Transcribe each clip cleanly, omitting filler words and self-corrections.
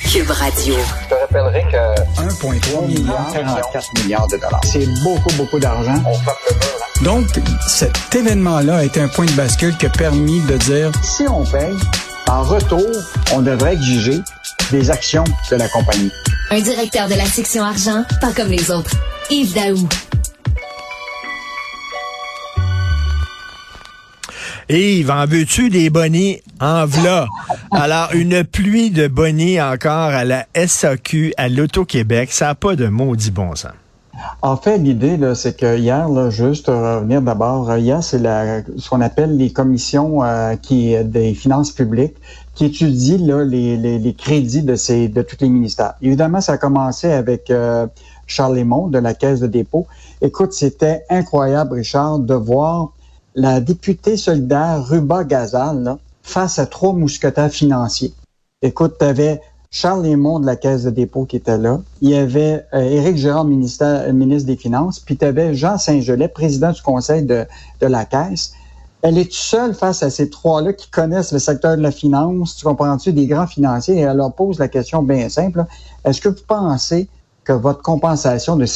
Cube Radio. Je te rappellerai que 1,3 milliard, 44 milliards de dollars. C'est beaucoup, beaucoup d'argent. On frappe le mur. Donc, cet événement-là a été un point de bascule qui a permis de dire... Si on paye, en retour, on devrait exiger des actions de la compagnie. Un directeur de la section argent, pas comme les autres. Yves Daou. Yves, en veux-tu des bonnets? En v'là. Alors, une pluie de bonnets encore à la SAQ, à l'Auto-Québec. Ça n'a pas de maudit bon sens. En fait, l'idée, là, c'est que hier, là, juste revenir d'abord, hier, c'est ce qu'on appelle les commissions des finances publiques qui étudient là, les crédits de tous les ministères. Évidemment, ça a commencé avec Charles Lemond de la Caisse de dépôt. Écoute, c'était incroyable, Richard, de voir la députée solidaire Ruba Gazal là, face à 3 mousquetaires financiers. Écoute, tu avais Charles Lemond de la Caisse de dépôt qui était là. Il y avait Éric Girard, ministre des Finances. Puis tu avais Jean Saint-Gelais, président du conseil de la Caisse. Elle est seule face à ces 3-là qui connaissent le secteur de la finance, tu comprends-tu, des grands financiers. Et elle leur pose la question bien simple. Là. Est-ce que vous pensez que votre compensation de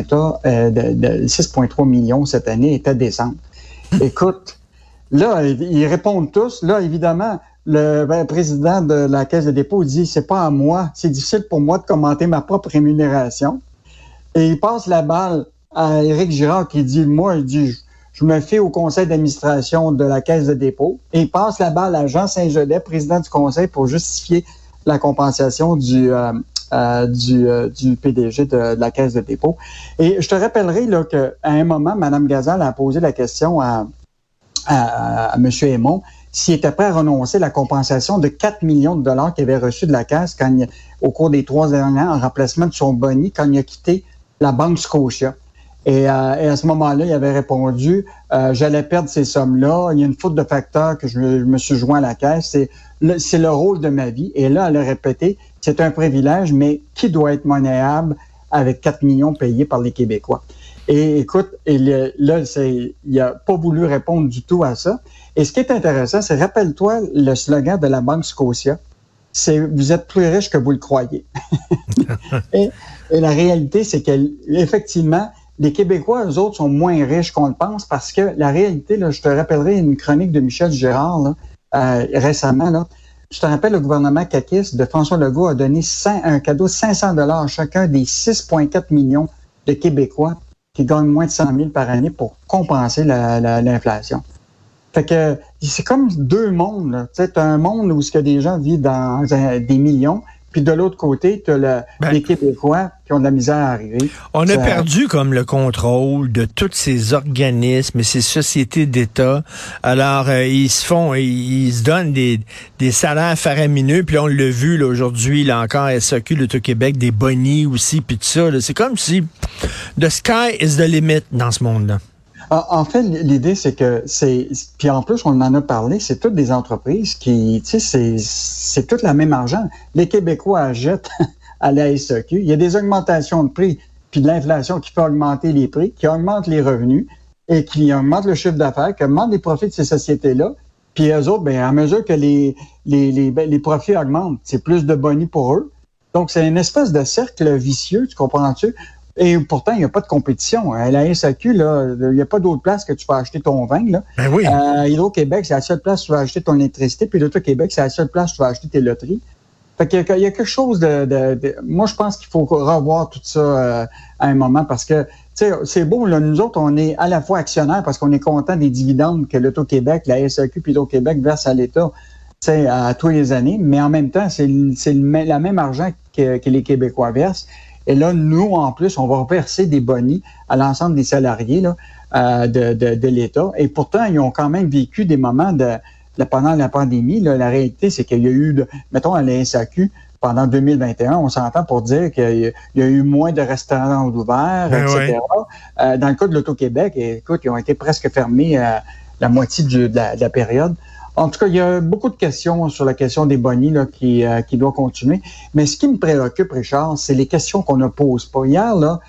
6,3 millions cette année était décente? Écoute, là, ils répondent tous. Là, évidemment, le président de la Caisse de dépôt dit, c'est pas à moi, c'est difficile pour moi de commenter ma propre rémunération. Et il passe la balle à Éric Girard qui dit, je me fie au conseil d'administration de la Caisse de dépôt. Et il passe la balle à Jean Saint-Gelais, président du conseil, pour justifier la compensation du PDG de la Caisse de dépôt. Et je te rappellerai là, qu'à un moment, Mme Gazal a posé la question à M. Aymon s'il était prêt à renoncer à la compensation de 4 millions de dollars qu'il avait reçu de la Caisse au cours des 3 derniers ans en remplacement de son boni quand il a quitté la Banque Scotia. Et à ce moment-là, il avait répondu j'allais perdre ces sommes-là, il y a une faute de facteur que je me suis joint à la Caisse, c'est le rôle de ma vie. Et là, elle a répété, c'est un privilège, mais qui doit être monnayable avec 4 millions payés par les Québécois? Et écoute, il n'a pas voulu répondre du tout à ça. Et ce qui est intéressant, c'est, rappelle-toi le slogan de la Banque Scotia, c'est « Vous êtes plus riche que vous le croyez ». Et la réalité, c'est qu'effectivement, les Québécois, eux autres, sont moins riches qu'on le pense parce que la réalité, là, je te rappellerai une chronique de Michel Gérard là, récemment, là. Je te rappelle, le gouvernement caquiste de François Legault a donné un cadeau de 500 $ à chacun des 6,4 millions de Québécois qui gagnent moins de 100 000 par année pour compenser l'inflation. Fait que c'est comme 2 mondes. Tu sais, t'as un monde où des gens vivent dans des millions, puis de l'autre côté, tu as les Québécois qui ont de la misère à arriver. On a perdu comme le contrôle de tous ces organismes et ces sociétés d'État. Alors, ils se donnent des salaires faramineux, puis on l'a vu là, aujourd'hui, là encore, SAQ, l'Auto-Québec, des bonnies aussi, puis tout ça. Là, c'est comme si the sky is the limit dans ce monde-là. En fait, l'idée, c'est que puis en plus, on en a parlé, c'est toutes des entreprises qui, tu sais, c'est tout le même argent. Les Québécois achètent à la SAQ. Il y a des augmentations de prix, puis de l'inflation qui fait augmenter les prix, qui augmente les revenus et qui augmente le chiffre d'affaires, qui augmente les profits de ces sociétés-là. Puis eux autres, à mesure que les profits augmentent, c'est plus de bonus pour eux. Donc, c'est une espèce de cercle vicieux, tu comprends-tu? Et pourtant, il n'y a pas de compétition. À la SAQ, là, il n'y a pas d'autre place que tu peux acheter ton vin. Là. Ben oui. Hydro-Québec, c'est la seule place où tu vas acheter ton électricité. Puis l'Auto-Québec, c'est la seule place où tu vas acheter tes loteries. Fait qu'il y a quelque chose moi, je pense qu'il faut revoir tout ça à un moment parce que, tu sais, c'est beau, là, nous autres, on est à la fois actionnaires parce qu'on est content des dividendes que l'Auto-Québec, la SAQ puis l'Auto-Québec versent à l'État, tu sais, à tous les années. Mais en même temps, c'est la même argent que les Québécois versent. Et là, nous, en plus, on va verser des bonnies à l'ensemble des salariés là, de l'État. Et pourtant, ils ont quand même vécu des moments pendant la pandémie. Là, la réalité, c'est qu'il y a eu, mettons, à la SAQ, pendant 2021, on s'entend pour dire qu'il y a eu moins de restaurants ouverts, etc. Ouais. Dans le cas de l'Auto-Québec, écoute, ils ont été presque fermés la moitié de la période. En tout cas, il y a beaucoup de questions sur la question des bonnies là, qui doit continuer. Mais ce qui me préoccupe, Richard, c'est les questions qu'on ne pose pas. Hier, là,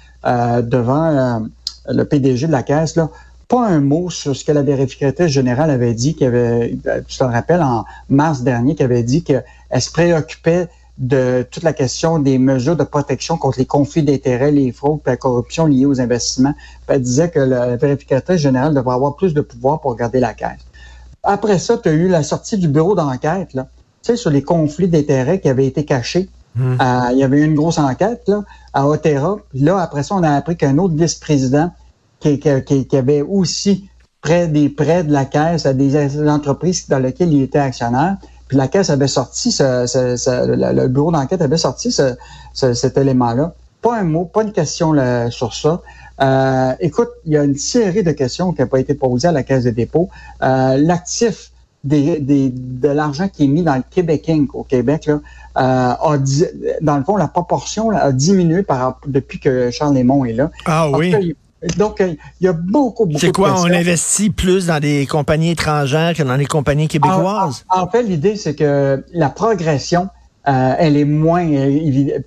devant le PDG de la Caisse, là, pas un mot sur ce que la vérificatrice générale avait dit, tu te rappelles, en mars dernier, qui avait dit qu'elle se préoccupait de toute la question des mesures de protection contre les conflits d'intérêts, les fraudes et la corruption liées aux investissements. Puis elle disait que la vérificatrice générale devrait avoir plus de pouvoir pour garder la caisse. Après ça, tu as eu la sortie du bureau d'enquête, là, tu sais, sur les conflits d'intérêts qui avaient été cachés. Il y avait eu une grosse enquête là, à Otera. Puis là, après ça, on a appris qu'un autre vice-président qui avait aussi des prêts de la Caisse à des entreprises dans lesquelles il était actionnaire. Puis la Caisse avait sorti, le bureau d'enquête avait sorti cet élément-là. Pas un mot, pas une question là, sur ça. Écoute, il y a une série de questions qui n'ont pas été posées à la Caisse de dépôt. L'actif de l'argent qui est mis dans le Québec Inc. au Québec, là, dans le fond, la proportion là, a diminué depuis que Charles Lemond est là. Ah oui. Donc, il y a beaucoup de questions. C'est quoi, on investit plus dans des compagnies étrangères que dans les compagnies québécoises? En fait, l'idée, c'est que la progression, elle est moins élevée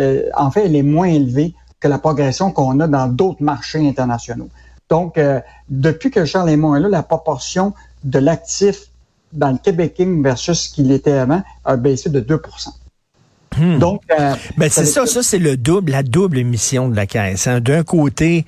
que la progression qu'on a dans d'autres marchés internationaux. Donc, depuis que Charles Lemond est là, la proportion de l'actif dans le Québec Inc. versus ce qu'il était avant a baissé de 2 %. Donc, ben c'est ça c'est la double mission de la Caisse. Hein. D'un côté,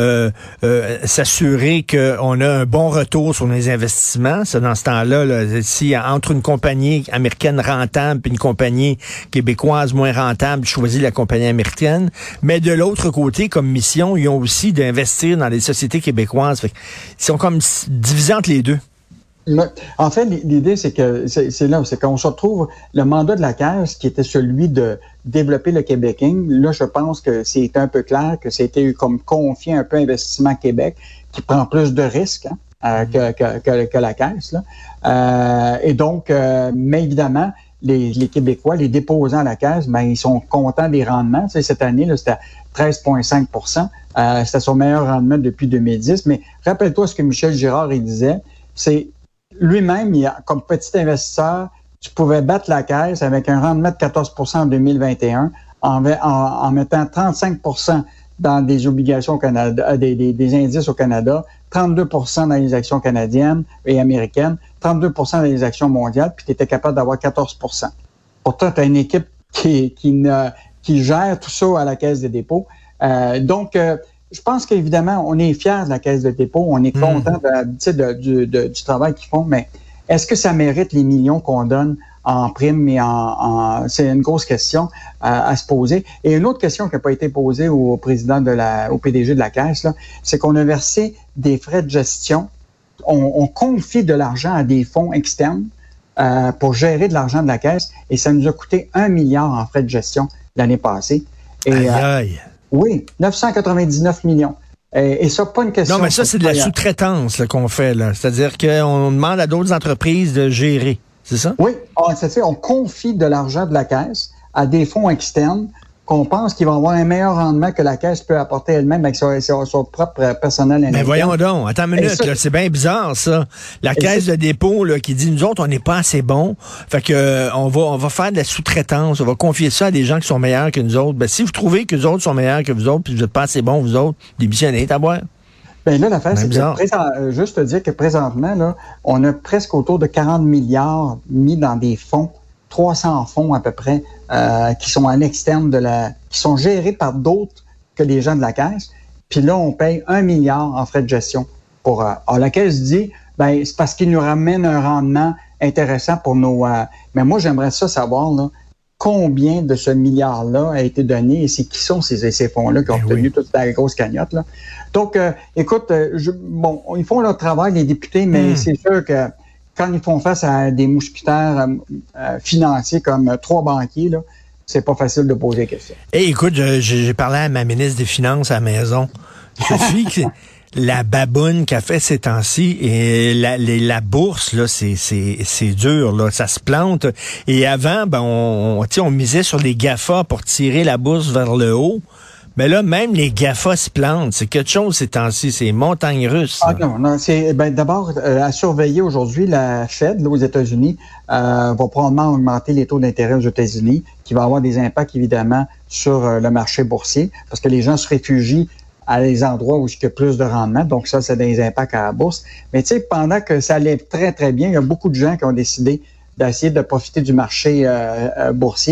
s'assurer qu'on a un bon retour sur les investissements. Ça, dans ce temps-là, si entre une compagnie américaine rentable et une compagnie québécoise moins rentable, je choisis la compagnie américaine. Mais de l'autre côté, comme mission, ils ont aussi d'investir dans les sociétés québécoises. Fait ils sont comme divisés entre les deux. En fait, l'idée, c'est qu'on se retrouve, le mandat de la Caisse, qui était celui de développer le Québec Inc. Là, je pense que c'est un peu clair que c'était comme confié un peu Investissement Québec, qui prend plus de risques que la Caisse. Là. Et donc, mais évidemment, les Québécois, les déposants à la Caisse, ben ils sont contents des rendements. Tu sais, cette année, là, c'était à 13,5 %. C'était son meilleur rendement depuis 2010. Mais rappelle-toi ce que Michel Girard il disait, c'est lui-même, comme petit investisseur, tu pouvais battre la Caisse avec un rendement de 14 % en 2021 en mettant 35 % dans des obligations au Canada, des indices au Canada, 32 % dans les actions canadiennes et américaines, 32 % dans les actions mondiales, puis tu étais capable d'avoir 14 %. Pourtant, tu as une équipe qui gère tout ça à la Caisse des dépôts. Donc, je pense qu'évidemment, on est fiers de la Caisse de dépôt, on est content du travail qu'ils font, mais est-ce que ça mérite les millions qu'on donne en primes et c'est une grosse question à se poser. Et une autre question qui n'a pas été posée au président au PDG de la Caisse, là, c'est qu'on a versé des frais de gestion. On confie de l'argent à des fonds externes pour gérer de l'argent de la Caisse et ça nous a coûté 1 milliard en frais de gestion l'année passée. Et, aïe. Oui, 999 millions. Et ça, pas une question... Non, mais ça, c'est de la sous-traitance là, qu'on fait. Là. C'est-à-dire qu'on demande à d'autres entreprises de gérer. C'est ça? Oui, on confie de l'argent de la Caisse à des fonds externes qu'on pense qu'ils vont avoir un meilleur rendement que la Caisse peut apporter elle-même avec son propre personnel interne. Mais voyons donc, attends une minute, là, c'est bien bizarre ça. La Caisse de dépôt là, qui dit, nous autres, on n'est pas assez bons, fait que on va faire de la sous-traitance, on va confier ça à des gens qui sont meilleurs que nous autres. Ben, si vous trouvez que les autres sont meilleurs que vous autres, puis vous n'êtes pas assez bons, vous autres, démissionnez, à boire. Ben là, l'affaire, c'est que juste te dire que présentement, là, on a presque autour de 40 milliards mis dans des fonds, 300 fonds à peu près, qui sont à l'externe qui sont gérés par d'autres que les gens de la Caisse. Puis là, on paye 1 milliard en frais de gestion pour. Alors la Caisse dit, ben c'est parce qu'ils nous ramènent un rendement intéressant pour nos. Mais moi, j'aimerais ça savoir là, combien de ce milliard-là a été donné et c'est qui sont ces fonds-là qui ont obtenu toute la grosse cagnotte là. Donc, écoute, ils font leur travail les députés, mais c'est sûr que quand ils font face à des mousquetaires financiers comme 3 banquiers, là, c'est pas facile de poser des questions. Hey, écoute, j'ai parlé à ma ministre des Finances à la maison. Sophie, la baboune qu'a fait ces temps-ci, et la bourse, là, c'est dur, là, ça se plante. Et avant, ben, on misait sur les GAFA pour tirer la bourse vers le haut. Mais là, même les GAFA se plantent. C'est quelque chose ces temps-ci. C'est montagne russe. Ah non, c'est d'abord à surveiller aujourd'hui, la Fed là, aux États-Unis va probablement augmenter les taux d'intérêt aux États-Unis, qui va avoir des impacts évidemment sur le marché boursier, parce que les gens se réfugient à des endroits où il y a plus de rendement. Donc ça, c'est des impacts à la bourse. Mais tu sais, pendant que ça allait très, très bien, il y a beaucoup de gens qui ont décidé d'essayer de profiter du marché boursier.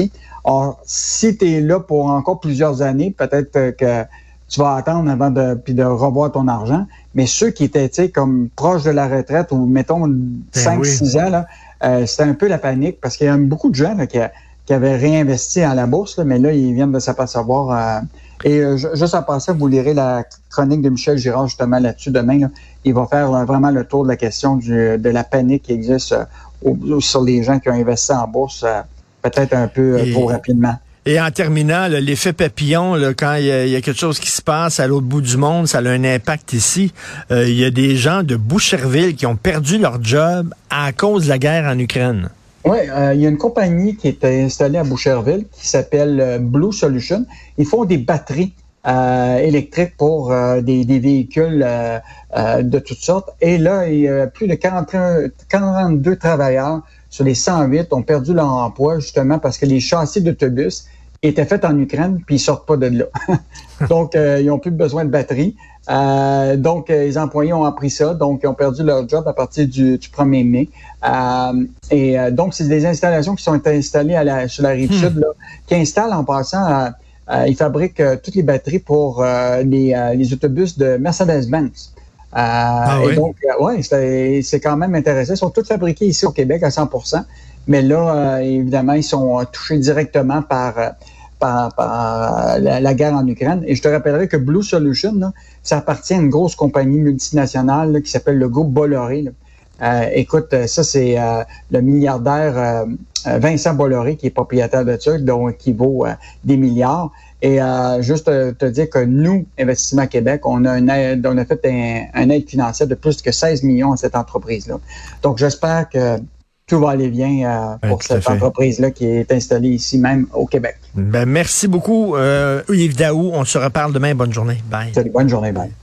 Or, si tu es là pour encore plusieurs années, peut-être que tu vas attendre avant de revoir ton argent. Mais ceux qui étaient, tu sais, comme proches de la retraite ou, mettons, 5-6 ans, là, c'était un peu la panique parce qu'il y a beaucoup de gens là, qui avaient réinvesti à la bourse, là, mais là, ils viennent de s'apercevoir. Juste en passant, vous lirez la chronique de Michel Girard justement là-dessus demain. Là. Il va faire vraiment le tour de la question de la panique qui existe sur les gens qui ont investi en bourse, peut-être un peu trop rapidement. Et en terminant, là, l'effet papillon, là, quand il y a quelque chose qui se passe à l'autre bout du monde, ça a un impact ici. Il y a des gens de Boucherville qui ont perdu leur job à cause de la guerre en Ukraine. Oui, il y a une compagnie qui est installée à Boucherville qui s'appelle Blue Solution. Ils font des batteries électriques pour des véhicules de toutes sortes. Et là, il y a plus de 42 travailleurs sur les 108 ont perdu leur emploi justement parce que les châssis d'autobus étaient faits en Ukraine puis ils sortent pas de là. Donc, ils ont plus besoin de batteries. Donc, les employés ont appris ça. Donc, ils ont perdu leur job à partir du 1er mai. Donc, c'est des installations qui sont installées sur la rive sud, là, qui installent en passant, ils fabriquent toutes les batteries pour les autobus de Mercedes-Benz. Et donc, c'est quand même intéressant. Ils sont tous fabriqués ici au Québec à 100%. Mais là, évidemment, ils sont touchés directement par la guerre en Ukraine. Et je te rappellerai que Blue Solution, là, ça appartient à une grosse compagnie multinationale là, qui s'appelle le groupe Bolloré. Écoute, ça, c'est le milliardaire Vincent Bolloré qui est propriétaire de ça, donc qui vaut des milliards. Et juste te dire que nous, Investissement Québec, on a fait un aide financière de plus que 16 millions à cette entreprise-là. Donc, j'espère que tout va aller bien pour cette entreprise-là qui est installée ici même au Québec. Ben, merci beaucoup, Yves Daou. On se reparle demain. Bonne journée. Bye. Salut, bonne journée. Bye.